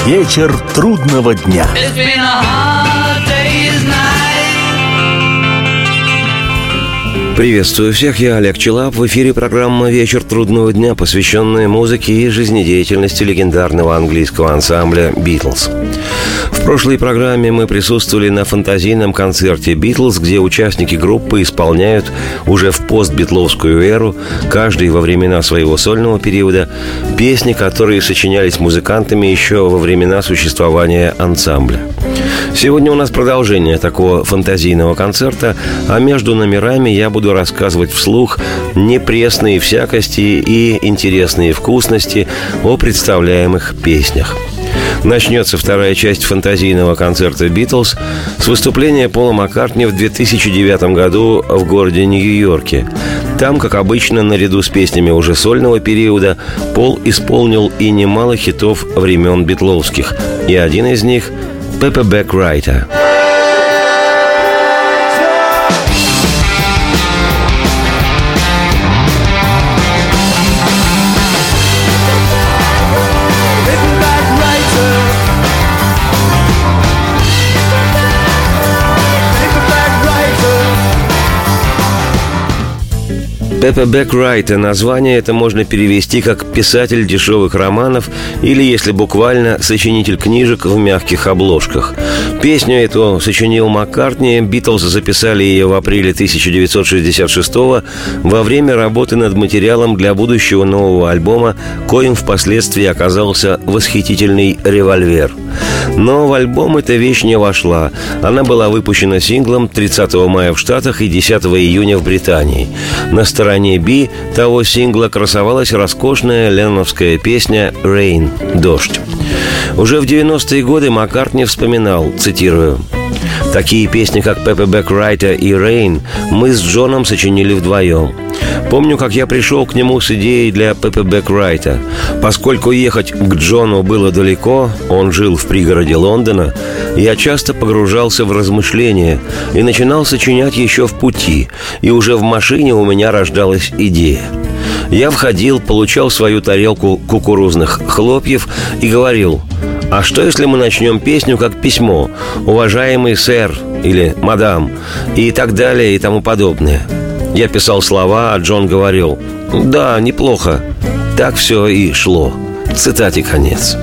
Вечер трудного дня. Приветствую всех, я Олег Челап. В эфире программа «Вечер трудного дня», посвященная музыке и жизнедеятельности легендарного английского ансамбля «Битлз». В прошлой программе мы присутствовали на фантазийном концерте «Битлз», где участники группы исполняют уже в постбитловскую эру, каждый во времена своего сольного периода, песни, которые сочинялись музыкантами еще во времена существования ансамбля. Сегодня у нас продолжение такого фантазийного концерта, а между номерами я буду рассказывать вслух непресные всякости и интересные вкусности о представляемых песнях. Начнется вторая часть фантазийного концерта «Битлз» с выступления Пола Маккартни в 2009 году в городе Нью-Йорке. Там, как обычно, наряду с песнями уже сольного периода, Пол исполнил и немало хитов времен битловских, и один из них – «Paperback Writer». «Paperback Writer» название это можно перевести как «писатель дешевых романов» или, если буквально, «сочинитель книжек в мягких обложках». Песню эту сочинил Маккартни, «Битлз» записали ее в апреле 1966-го во время работы над материалом для будущего нового альбома, коим впоследствии оказался восхитительный «Револьвер». Но в альбом эта вещь не вошла. Она была выпущена синглом 30 мая в Штатах и 10 июня в Британии. На стороне «Би» того сингла красовалась роскошная ленноновская песня «Rain» – «Дождь». Уже в 90-е годы Маккартни вспоминал, цитирую: «Такие песни, как «Paperback Writer» и «Rain» мы с Джоном сочинили вдвоем. Помню, как я пришел к нему с идеей для «Paperback Writer». Поскольку ехать к Джону было далеко, он жил в пригороде Лондона, я часто погружался в размышления и начинал сочинять еще в пути, и уже в машине у меня рождалась идея. Я входил, получал свою тарелку кукурузных хлопьев и говорил: а что, если мы начнем песню как письмо «Уважаемый сэр» или «Мадам» и так далее и тому подобное. Я писал слова, а Джон говорил: «Да, неплохо». Так все и шло. Цитате конец.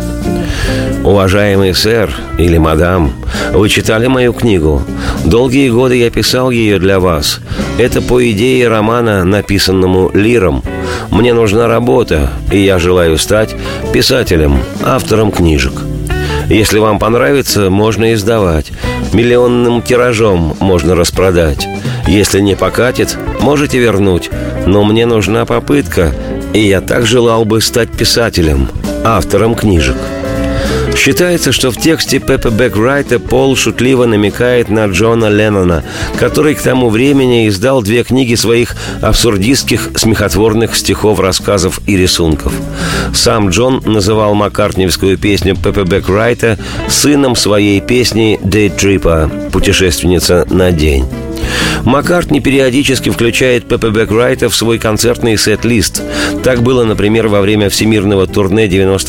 «Уважаемый сэр» или «Мадам», вы читали мою книгу. Долгие годы я писал ее для вас. Это по идее романа, написанному Лиром. Мне нужна работа, и я желаю стать писателем, автором книжек. Если вам понравится, можно издавать. Миллионным тиражом можно распродать. Если не покатит, можете вернуть. Но мне нужна попытка, и я так желал бы стать писателем, автором книжек». Считается, что в тексте «Paperback Writer» Пол шутливо намекает на Джона Леннона, который к тому времени издал 2 книги своих абсурдистских, смехотворных стихов, рассказов и рисунков. Сам Джон называл маккартниевскую песню «Paperback Writer» сыном своей песни «Day Tripper» «Путешественница на день». Маккартни периодически включает «Paperback Writer» в свой концертный сет-лист. Так было, например, во время всемирного турне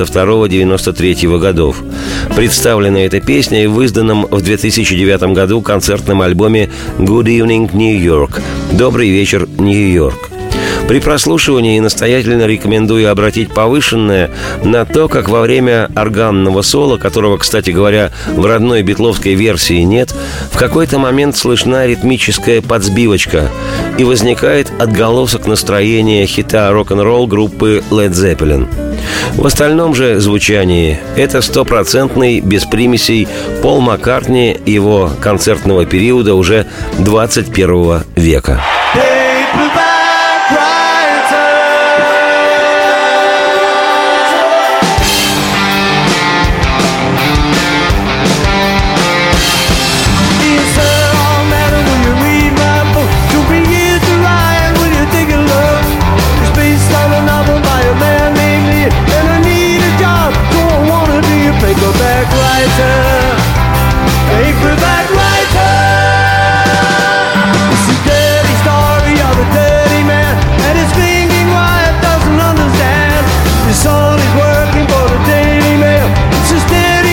92-93 годов. Представлена эта песня и в изданном в 2009 году концертном альбоме «Good Evening, New York» «Добрый вечер, Нью-Йорк». При прослушивании настоятельно рекомендую обратить повышенное на то, как во время органного соло, которого, кстати говоря, в родной битловской версии нет, в какой-то момент слышна ритмическая подсбивочка и возникает отголосок настроения хита рок-н-ролл группы Led Zeppelin. В остальном же звучании это стопроцентный, без примесей, Пол Маккартни его концертного периода уже 21 века. Son is working for the Daily Mail. It's a steady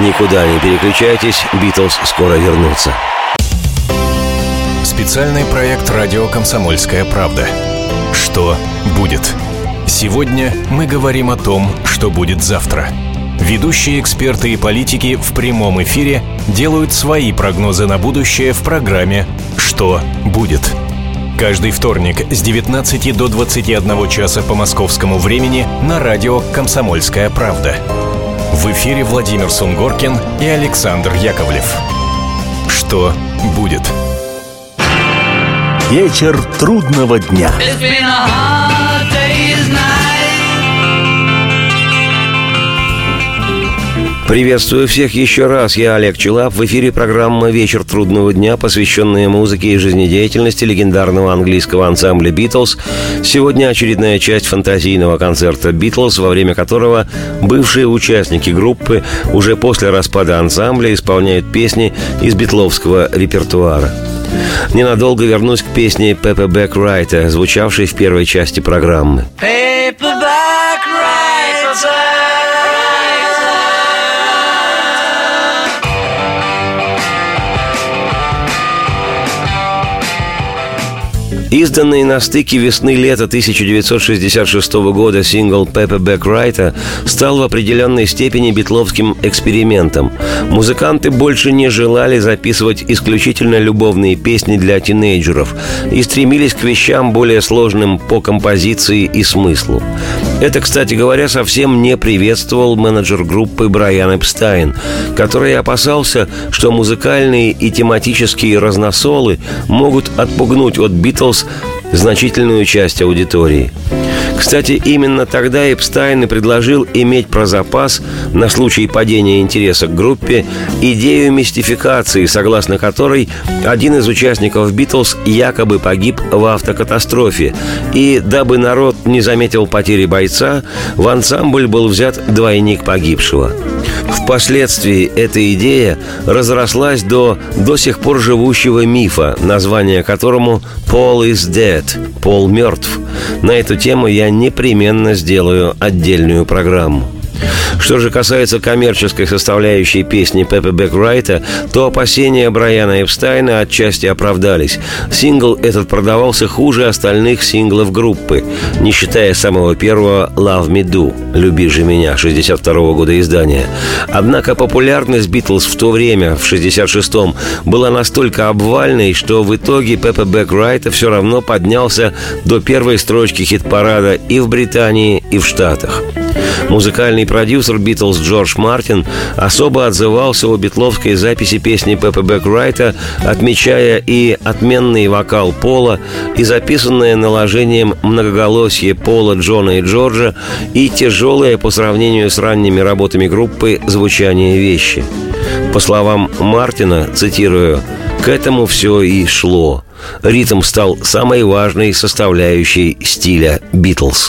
Никуда не переключайтесь, Битлз скоро вернутся. Специальный проект «Радио Комсомольская правда». Что будет? Сегодня мы говорим о том, что будет завтра. Ведущие эксперты и политики в прямом эфире делают свои прогнозы на будущее в программе «Что будет?». Каждый вторник с 19 до 21 часа по московскому времени на радио «Комсомольская правда». В эфире Владимир Сунгоркин и Александр Яковлев. Что будет? Вечер трудного дня. Приветствую всех еще раз. Я Олег Челап. В эфире программа «Вечер трудного дня», посвященная музыке и жизнедеятельности легендарного английского ансамбля «Битлз». Сегодня очередная часть фантазийного концерта «Битлз», во время которого бывшие участники группы уже после распада ансамбля исполняют песни из битловского репертуара. Ненадолго вернусь к песне Paperback Writer, звучавшей в первой части программы. Paperback Writer. Изданный на стыке весны-лета 1966 года сингл «Paperback Writer» стал в определенной степени битловским экспериментом. Музыканты больше не желали записывать исключительно любовные песни для тинейджеров и стремились к вещам более сложным по композиции и смыслу. Это, кстати говоря, совсем не приветствовал менеджер группы Брайан Эпстайн, который опасался, что музыкальные и тематические разносолы могут отпугнуть от «Битлз» значительную часть аудитории. Кстати, именно тогда Эпстайн и предложил иметь про запас, на случай падения интереса к группе, идею мистификации, согласно которой один из участников «Битлз» якобы погиб в автокатастрофе. И, дабы народ не заметил потери бойца, в ансамбль был взят двойник погибшего. Впоследствии эта идея разрослась до сих пор живущего мифа, название которому «Paul is dead» – «Пол мертв». На эту тему я непременно сделаю отдельную программу. Что же касается коммерческой составляющей песни «Paperback Writer», то опасения Брайана Эпстайна отчасти оправдались. Сингл этот продавался хуже остальных синглов группы, не считая самого первого «Love Me Do» – «Люби же меня» 1962 года издания. Однако популярность «Битлз» в то время, в 1966-м, была настолько обвальной, что в итоге «Paperback Writer» все равно поднялся до первой строчки хит-парада и в Британии, и в Штатах. Музыкальный продюсер «Битлз» Джордж Мартин особо отзывался о битловской записи песни «Paperback Writer», отмечая и отменный вокал Пола, и записанное наложением многоголосье Пола, Джона и Джорджа, и тяжелое по сравнению с ранними работами группы звучание вещи. По словам Мартина, цитирую, «К этому все и шло. Ритм стал самой важной составляющей стиля «Битлз».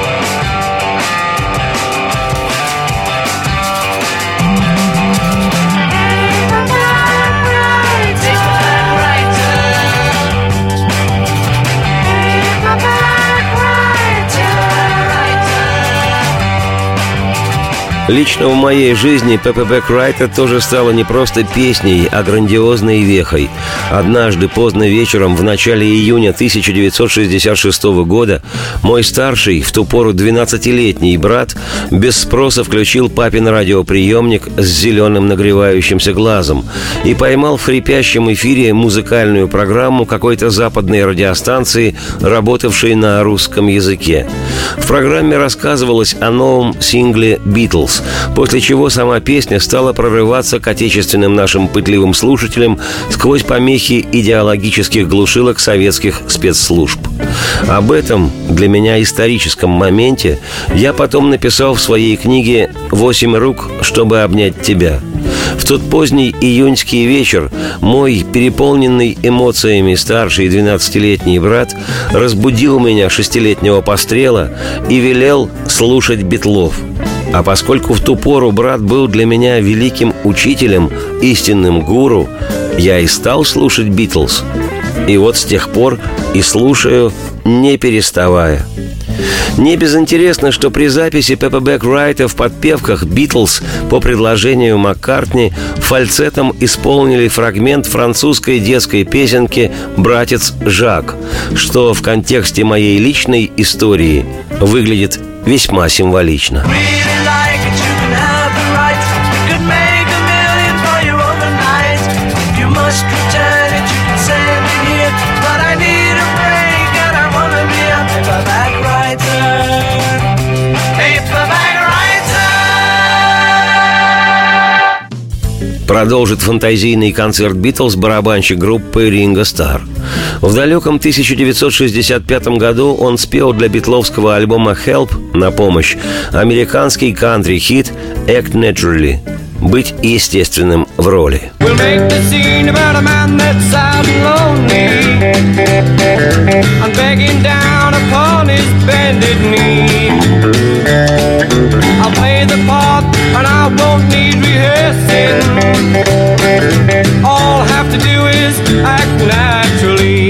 Лично в моей жизни «Paperback Writer» тоже стала не просто песней, а грандиозной вехой. Однажды поздно вечером в начале июня 1966 года мой старший, в ту пору 12-летний брат, без спроса включил папин радиоприемник с зеленым нагревающимся глазом и поймал в хрипящем эфире музыкальную программу какой-то западной радиостанции, работавшей на русском языке. В программе рассказывалось о новом сингле «Битлз», после чего сама песня стала прорываться к отечественным нашим пытливым слушателям сквозь помехи идеологических глушилок советских спецслужб. Об этом, для меня историческом моменте, я потом написал в своей книге «8 рук, чтобы обнять тебя». В тот поздний июньский вечер мой, переполненный эмоциями старший 12-летний брат, разбудил меня 6-летнего пострела и велел слушать Битлов. А поскольку в ту пору брат был для меня великим учителем, истинным гуру, я и стал слушать «Битлз». И вот с тех пор и слушаю, не переставая. Не безинтересно, что при записи Пеппа Бек-Райта в подпевках «Битлз» по предложению Маккартни фальцетом исполнили фрагмент французской детской песенки «Братец Жак», что в контексте моей личной истории выглядит весьма символично. Продолжит фантазийный концерт «Битлз» барабанщик группы Ринго Старр. В далеком 1965 году он спел для битловского альбома «Help» на помощь американский кантри-хит «Act Naturally» – «Быть естественным в роли». All I have to do is act naturally.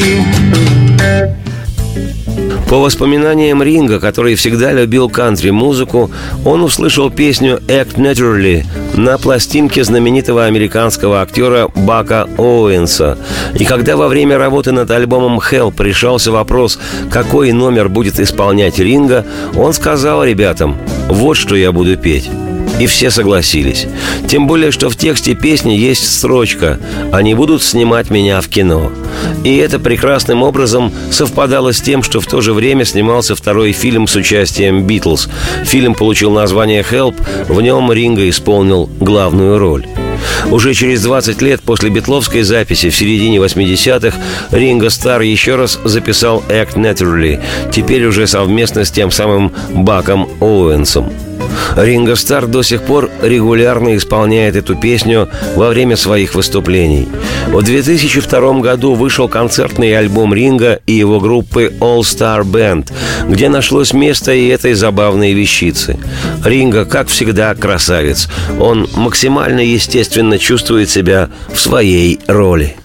По воспоминаниям Ринго, который всегда любил кантри-музыку, он услышал песню «Act Naturally» на пластинке знаменитого американского актера Бака Оуэнса. И когда во время работы над альбомом «Help» решался вопрос, какой номер будет исполнять Ринго, он сказал ребятам: «Вот что я буду петь». И все согласились. Тем более, что в тексте песни есть строчка «Они будут снимать меня в кино». И это прекрасным образом совпадало с тем, что в то же время снимался второй фильм с участием «Битлз». Фильм получил название «Help», в нем Ринго исполнил главную роль. Уже через 20 лет после битловской записи в середине 80-х Ринго Старр еще раз записал «Act Naturally», теперь уже совместно с тем самым Баком Оуэнсом. Ринго Старр до сих пор регулярно исполняет эту песню во время своих выступлений. В 2002 году вышел концертный альбом Ринго и его группы All Star Band, где нашлось место и этой забавной вещицы. Ринго, как всегда, красавец. Он максимально естественно чувствует себя в своей роли.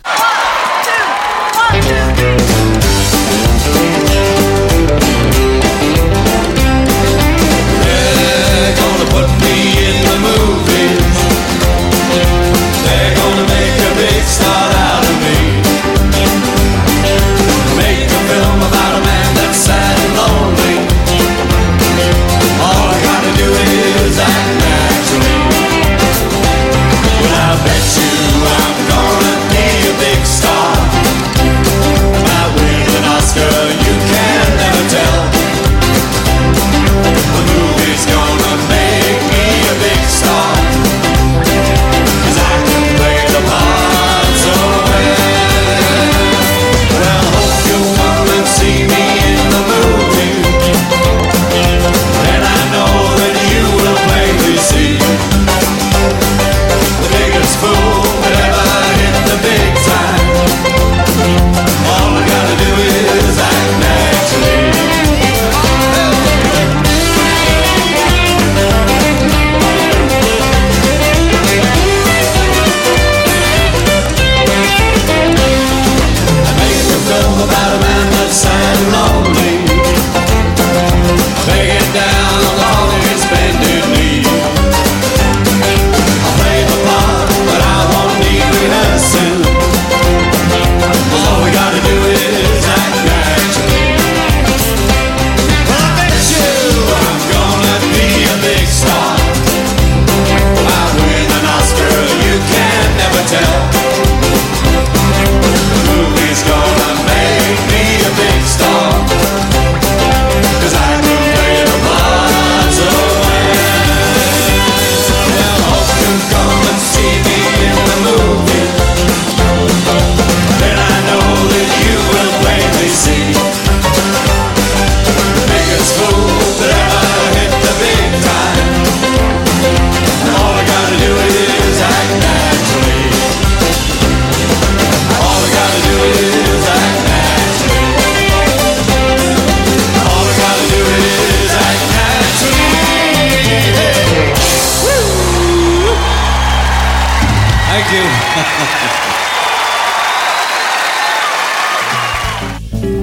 The movie's gonna make me a big star.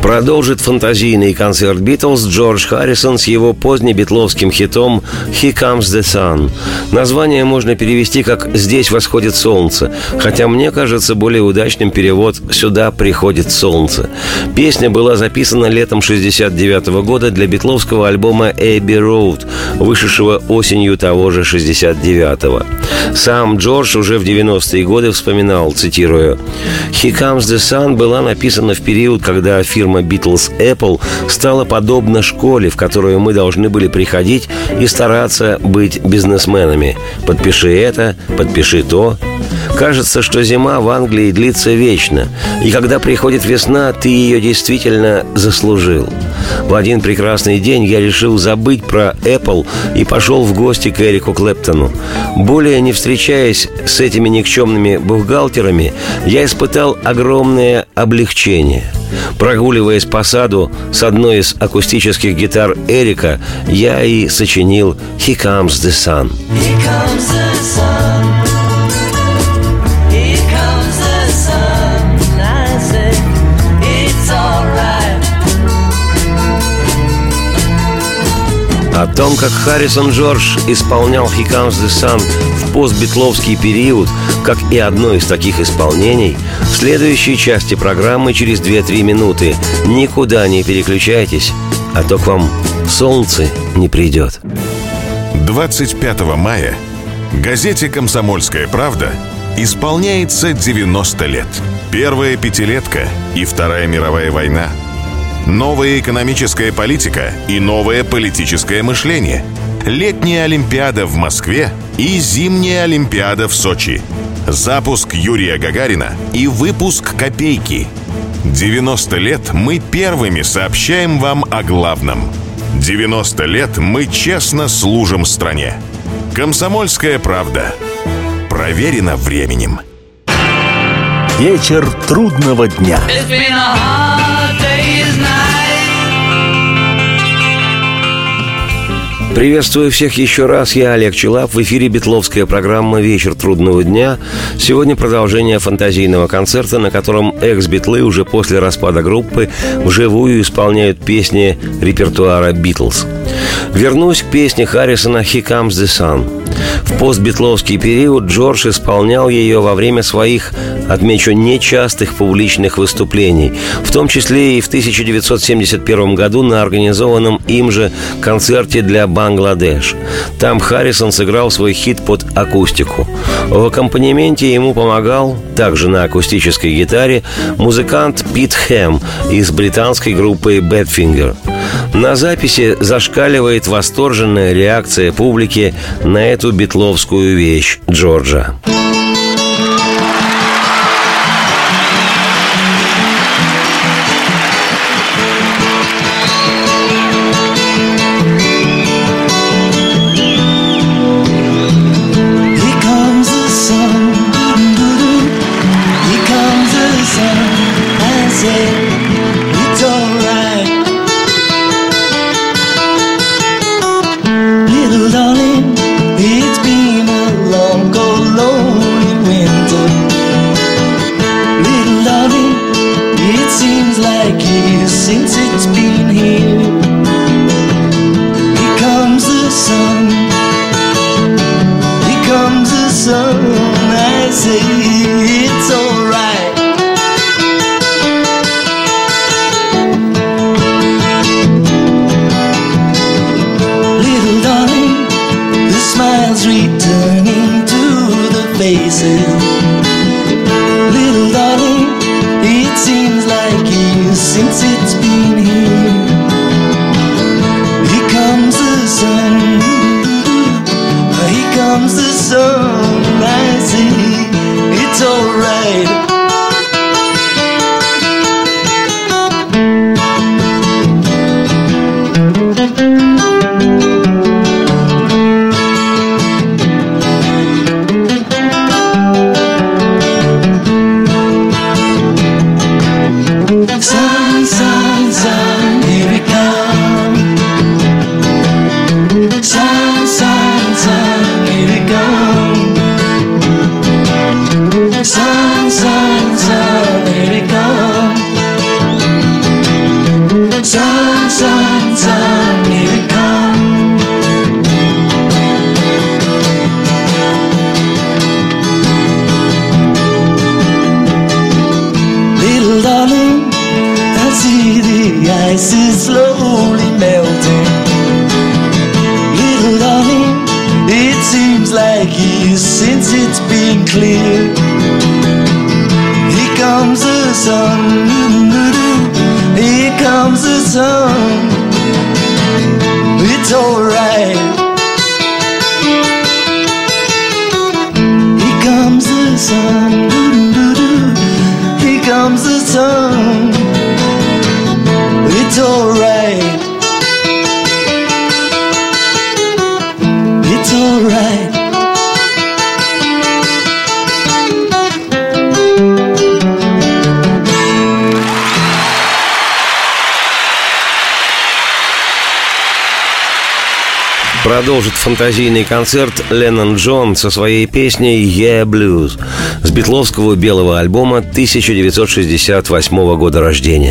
Продолжит фантазийный концерт «Битлз» Джордж Харрисон с его позднебитловским хитом «Here Comes the Sun». Название можно перевести как «Здесь восходит солнце», хотя мне кажется более удачным перевод «Сюда приходит солнце». Песня была записана летом 1969 года для битловского альбома «Abbey Road», вышедшего осенью того же 1969-го. Сам Джордж уже в 90-е годы вспоминал, цитирую: «Here Comes the Sun» была написана в период, когда фирма Beatles Apple стала подобна школе, в которую мы должны были приходить и стараться быть бизнесменами. Подпиши это, подпиши то. Кажется, что зима в Англии длится вечно, и когда приходит весна, ты ее действительно заслужил. В один прекрасный день я решил забыть про Apple и пошел в гости к Эрику Клэптону. Более не встречаясь с этими никчемными бухгалтерами, я испытал огромное облегчение. Прогуливаясь по саду с одной из акустических гитар Эрика, я и сочинил «Here Comes the Sun». Here comes the sun. Here comes the sun. I say it's alright. О том, как Харрисон Джордж исполнял «Here Comes the Sun» в постбитловский период, как и одно из таких исполнений, в следующей части программы через 2-3 минуты. Никуда не переключайтесь, а то к вам солнце не придет. 25 мая газете «Комсомольская правда» исполняется 90 лет. Первая пятилетка и Вторая мировая война. Новая экономическая политика и новое политическое мышление. Летняя Олимпиада в Москве и зимняя Олимпиада в Сочи. Запуск Юрия Гагарина и выпуск «Копейки». 90 лет мы первыми сообщаем вам о главном. 90 лет мы честно служим стране. «Комсомольская правда». Проверено временем. Вечер трудного дня. It's been a hard day's night. Приветствую всех еще раз, я Олег Челап. В эфире битловская программа «Вечер трудного дня». Сегодня продолжение фантазийного концерта, на котором экс-битлы уже после распада группы вживую исполняют песни репертуара «Битлз». Вернусь к песне Харрисона «Here Comes the Sun». В постбитловский период Джордж исполнял ее во время своих, отмечу, нечастых публичных выступлений, в том числе и в 1971 году на организованном им же концерте для Бангладеш. Там Харрисон сыграл свой хит под акустику. В аккомпанементе ему помогал, также на акустической гитаре, музыкант Пит Хэм из британской группы Badfinger. На записи зашкаливает восторженная реакция публики на эту битловскую вещь Джорджа. Since it's been here, here comes the sun, here comes the sun. I say it's alright. Little darling, the smiles returning to the faces. Little darling, it seems like years since it's been here. Here comes the sun. Here comes the sun. I see it's alright. ice is slowly melting. Little darling, it seems like years since it's been clear. Here comes the sun, here comes the sun. It's alright. Here comes the sun, here comes the sun. It's alright. It's alright. Продолжит фантазийный концерт Леннон Джон со своей песней «Yeah Blues» с битловского белого альбома 1968 года рождения.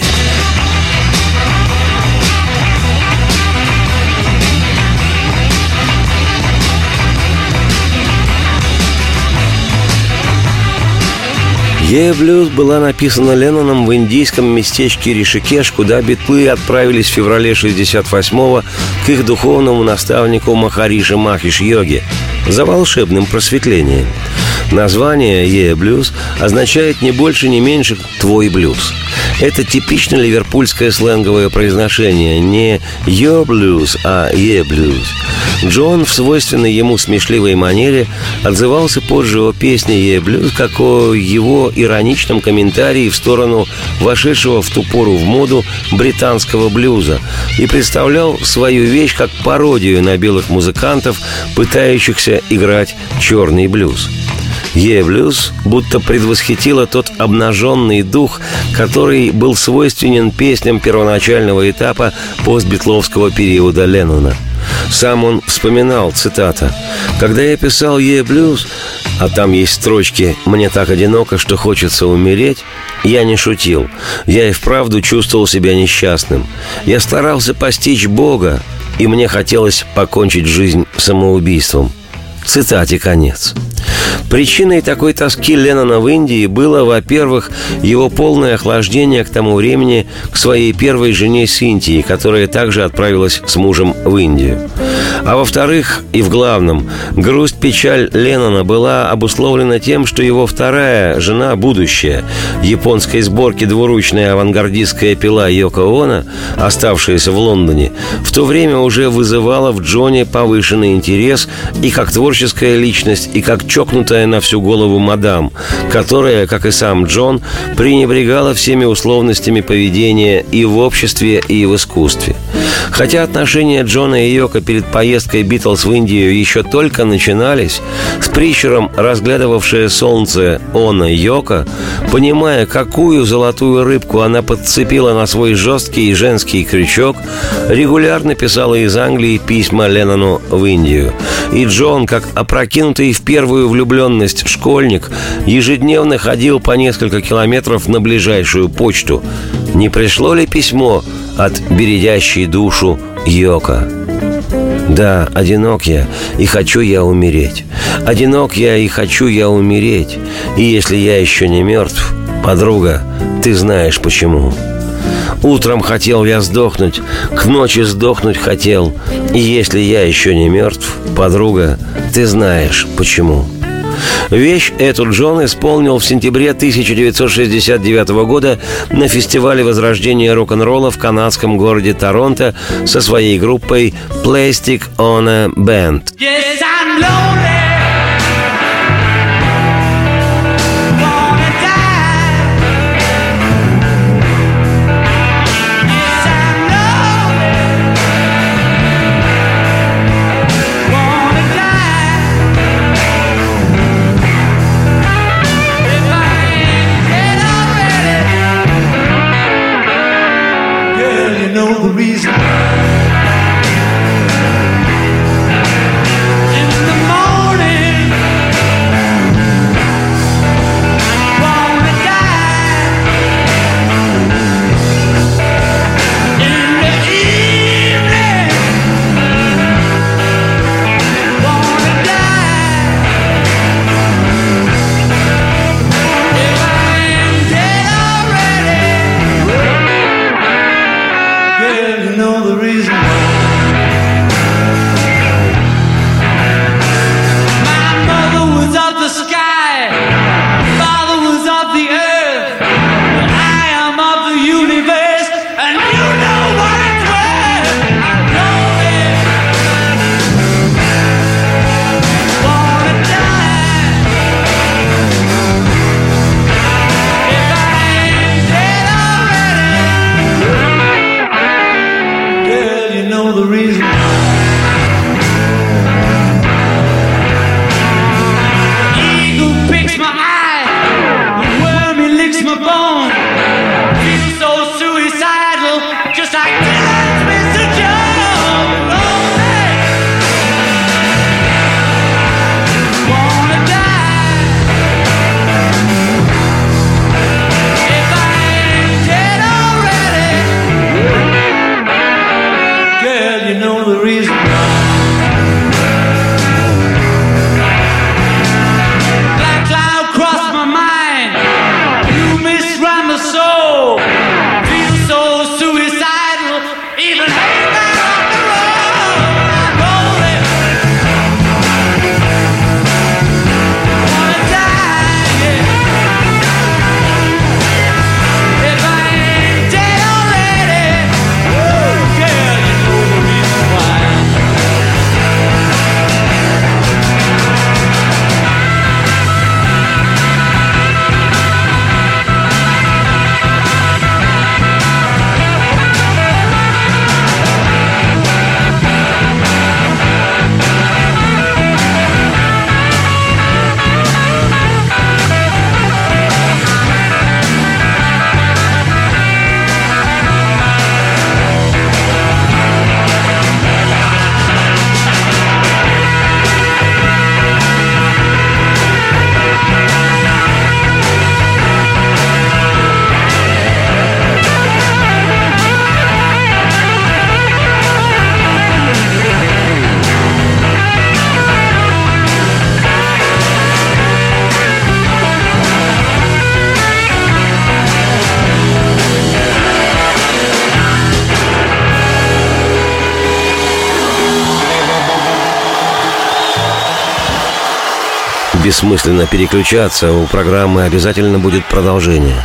«Yeah Blues» была написана Ленноном в индийском местечке Ришикеш, куда битлы отправились в феврале 1968-го к их духовному наставнику Махариши Махеш Йоги за волшебным просветлением. Название «Yeah Blues» означает не больше, не меньше «твой блюз». Это типично ливерпульское сленговое произношение, не «your blues», а «yeah blues». Джон в свойственной ему смешливой манере отзывался позже о песне «Yeah Blues» как о его ироничном комментарии в сторону вошедшего в ту пору в моду британского блюза и представлял свою вещь как пародию на белых музыкантов, пытающихся играть черный блюз. «Yeah Blues» будто предвосхитила тот обнаженный дух, который был свойственен песням первоначального этапа постбитловского периода Леннона. Сам он вспоминал, цитата: «Когда я писал «Yeah Blues», а там есть строчки «Мне так одиноко, что хочется умереть», я не шутил. Я и вправду чувствовал себя несчастным. Я старался постичь Бога, и мне хотелось покончить жизнь самоубийством». Цитате конец. Причиной такой тоски Леннона в Индии было, во-первых, его полное охлаждение к тому времени к своей первой жене Синтии, которая также отправилась с мужем в Индию. А во-вторых, и в главном, грусть-печаль Леннона была обусловлена тем, что его вторая жена, будущая, японской сборки двуручная авангардистская пила Йоко Оно, оставшаяся в Лондоне, в то время уже вызывала в Джоне повышенный интерес и как творческая личность, и как чокнутая на всю голову мадам, которая, как и сам Джон, пренебрегала всеми условностями поведения и в обществе, и в искусстве. Хотя отношения Джона и Йоко перед поездкой Битлз в Индию еще только начинались, с прищуром разглядывавшая солнце Оно Йоко, понимая, какую золотую рыбку она подцепила на свой жесткий женский крючок, регулярно писала из Англии письма Леннону в Индию. И Джон, как опрокинутый в первую влюбленность школьник, ежедневно ходил по несколько километров на ближайшую почту. Не пришло ли письмо от бередящей душу Йоко? Да, одинок я, и хочу я умереть. Одинок я, и хочу я умереть. И если я еще не мертв, подруга, ты знаешь почему. Утром хотел я сдохнуть, к ночи сдохнуть хотел. И если я еще не мертв, подруга, ты знаешь почему. Вещь эту Джон исполнил в сентябре 1969 года на фестивале возрождения рок-н-ролла в канадском городе Торонто со своей группой Plastic Ono Band. Yes, I'm lonely. the reason why. My mother was of the sky, father was of the earth, but I am of the universe, and you know what it's worth. I know it. Wanna die if I ain't dead already. Girl, you know the reason why. The eagle picks my eye, the worm he licks my bone. Feel so suicidal, just like Dylan's Mr. Jones. Lonely. Wanna die if I ain't dead already. Girl, you know the reason why. Black cloud crossed my mind. You misrun the soul. Feel so suicidal. Even hang out on the road. I'm rolling. Wanna die, yeah. If I ain't dead already. Woo, girl, you know the reason why. Бессмысленно переключаться, у программы обязательно будет продолжение.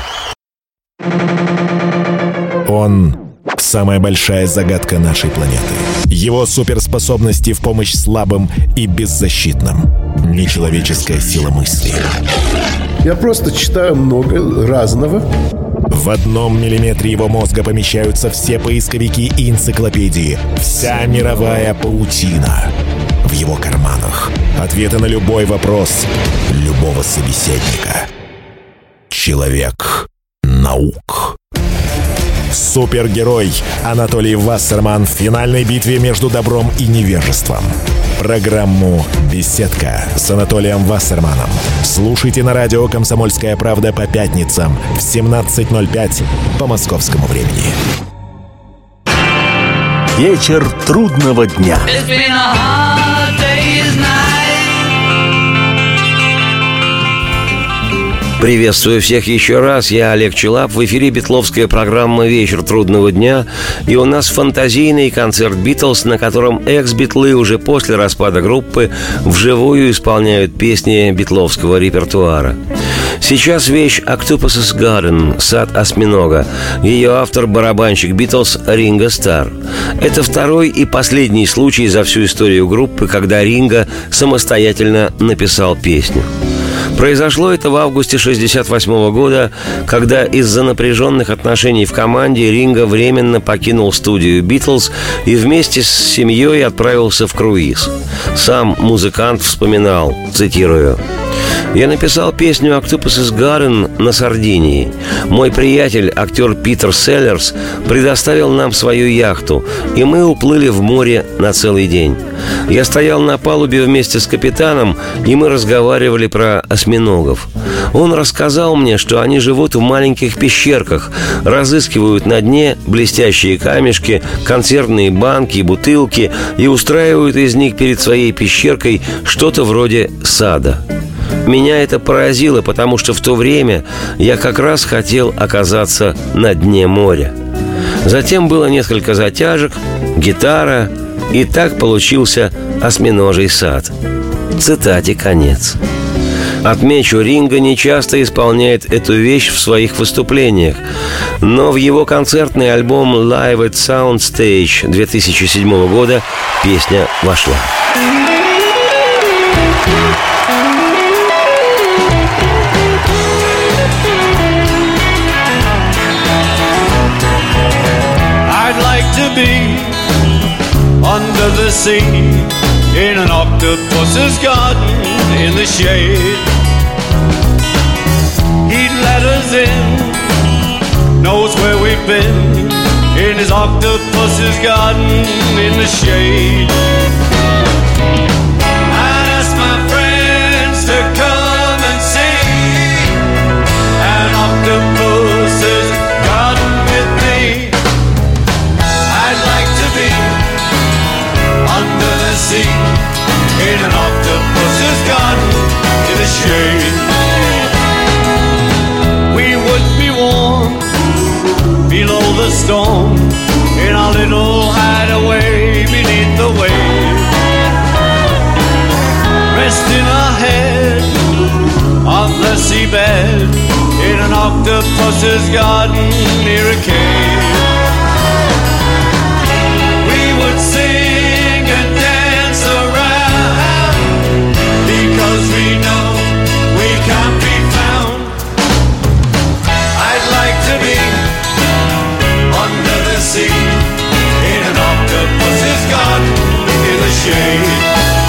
Он — самая большая загадка нашей планеты. Его суперспособности в помощь слабым и беззащитным. Нечеловеческая сила мысли. Я просто читаю много разного. В 1 миллиметре его мозга помещаются все поисковики и энциклопедии. Вся мировая паутина. В его карманах ответы на любой вопрос любого собеседника. Человек-наук. Супергерой Анатолий Вассерман в финальной битве между добром и невежеством. Программу «Беседка» с Анатолием Вассерманом слушайте на радио «Комсомольская правда» по пятницам в 17:05 по московскому времени. Вечер трудного дня. It's been a hard day's night. Приветствую всех еще раз, я Олег Челап, в эфире битловская программа «Вечер трудного дня», и у нас фантазийный концерт «Битлз», на котором экс-битлы уже после распада группы вживую исполняют песни битловского репертуара. Сейчас вещь «Octopus's Garden» — «Сад осьминога». Ее автор — барабанщик «Битлз» Ринго Старр. Это второй и последний случай за всю историю группы, когда Ринго самостоятельно написал песню. Произошло это в августе 1968 года, когда из-за напряженных отношений в команде Ринго временно покинул студию «Битлз» и вместе с семьей отправился в круиз. Сам музыкант вспоминал, цитирую: «Я написал песню «Octopus's Garden» на Сардинии. Мой приятель, актер Питер Селлерс, предоставил нам свою яхту, и мы уплыли в море на целый день. Я стоял на палубе вместе с капитаном, и мы разговаривали про осьминогов. Он рассказал мне, что они живут в маленьких пещерках, разыскивают на дне блестящие камешки, консервные банки, бутылки и устраивают из них перед своей пещеркой что-то вроде сада. Меня это поразило, потому что в то время я как раз хотел оказаться на дне моря. Затем было несколько затяжек, гитара, и так получился «Осьминожий сад». Цитате конец. Отмечу, Ринго нечасто исполняет эту вещь в своих выступлениях, но в его концертный альбом «Live at Soundstage» 2007 года песня вошла. I'd like to be under the sea in an octopus's garden in the shade. He'd let us in, knows where we've been, in his octopus's garden in the shade. I'd ask my friends to come and see an octopus's garden with me. I'd like to be under the sea in an octopus's garden in the shade. We would be warm below the storm in our little hideaway beneath the waves, resting our head on the seabed in an octopus's garden near a cave. We would sing and dance around because we know we can't be found. I'd like to be under the sea in an octopus's garden in the shade.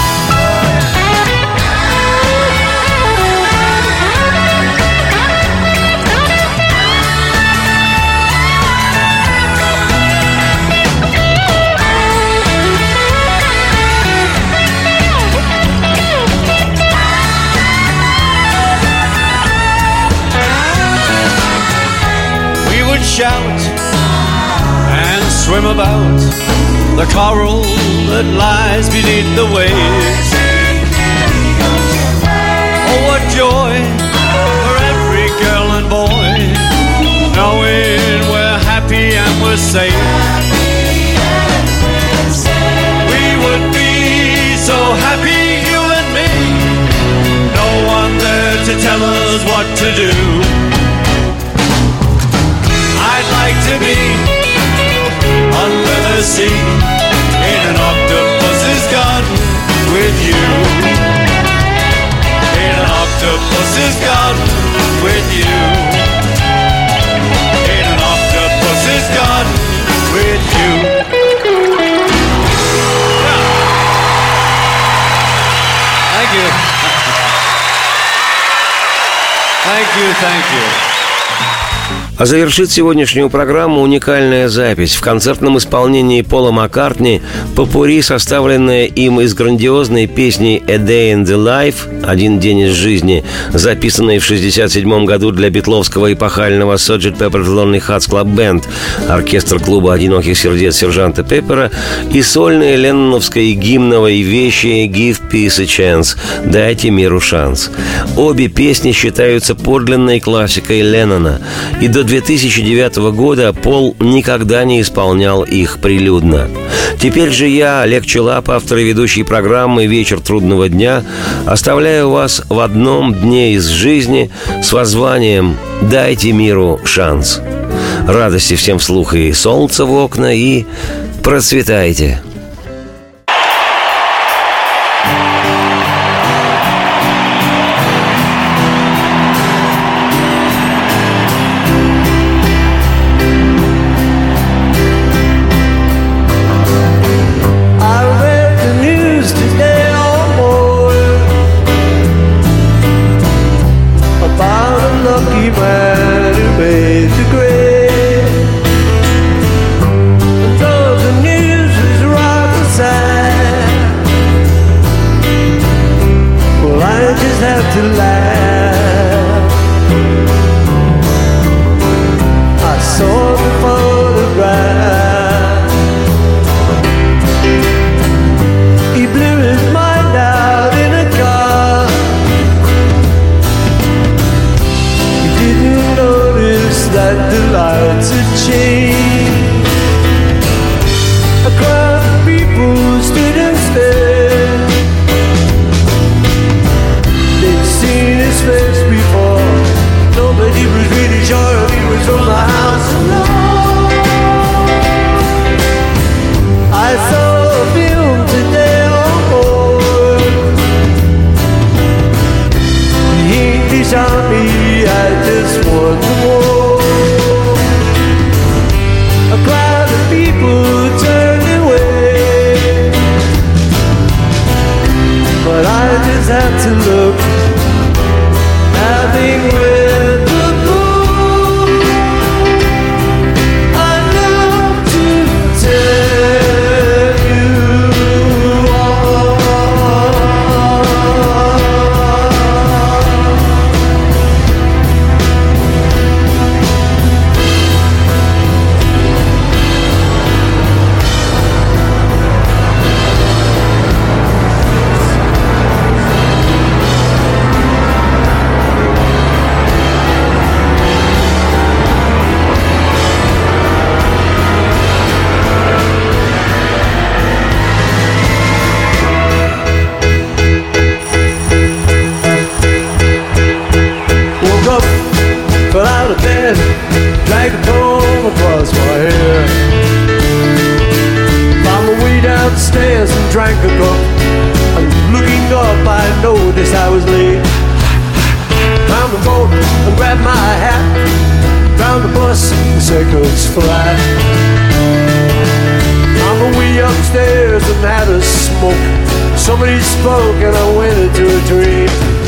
Shout and swim about the coral that lies beneath the waves. Oh, what joy for every girl and boy, knowing we're happy and we're safe. We would be so happy, you and me, no one there to tell us what to do. I'd like to be under the sea in an octopus's garden with you. In an octopus's garden with you. In an octopus's garden with you. Thank you. Thank you, thank you. А завершит сегодняшнюю программу уникальная запись в концертном исполнении Пола Маккартни, попурри, составленная им из грандиозной песни «A Day in the Life» «Один день из жизни», записанной в 1967 году для битловского эпохального Sgt. Pepper's Lonely Hearts Club Band, оркестр клуба «Одиноких сердец» сержанта Пеппера, и сольные ленноновской гимновой вещи «Give Peace a Chance» «Дайте миру шанс». Обе песни считаются подлинной классикой Леннона, и до 2009 года Пол никогда не исполнял их прилюдно. Теперь же я, Олег Челап, автор и ведущий программы «Вечер трудного дня», оставляю вас в одном дне из жизни с воззванием «Дайте миру шанс». Радости всем вслух и солнца в окна, и процветайте! that the lights had changed. drank a cup, and looking up I noticed I was late. Found the boat and grabbed my hat, found the bus, the circles fly. On the way upstairs and had a smoke, somebody spoke and I went into a dream.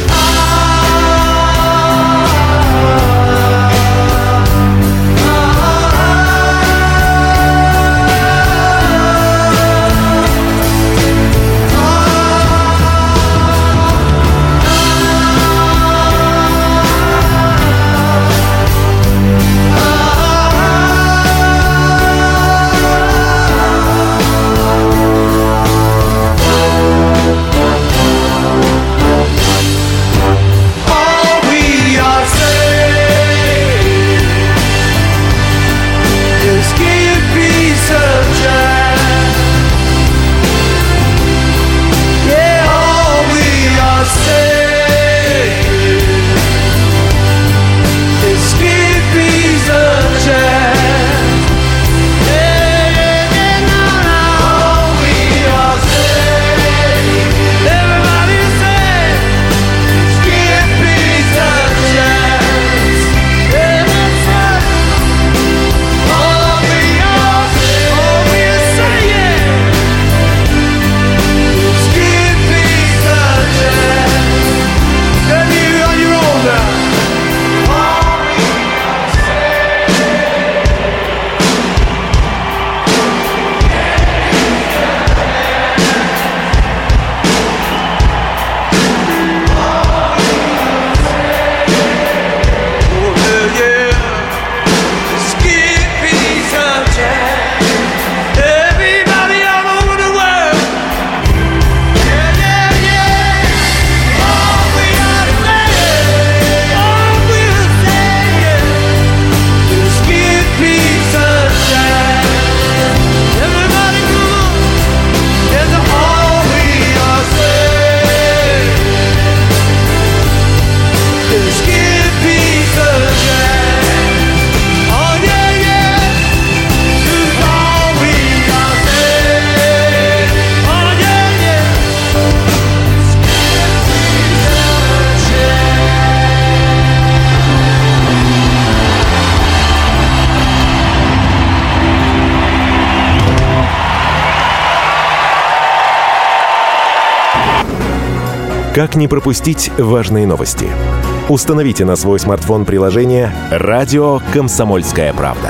Как не пропустить важные новости? Установите на свой смартфон приложение «Радио Комсомольская правда».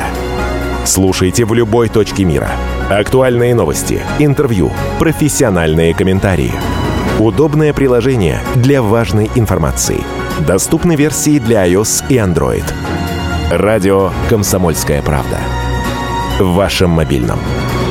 Слушайте в любой точке мира. Актуальные новости, интервью, профессиональные комментарии. Удобное приложение для важной информации. Доступны версии для iOS и Android. «Радио Комсомольская правда». В вашем мобильном.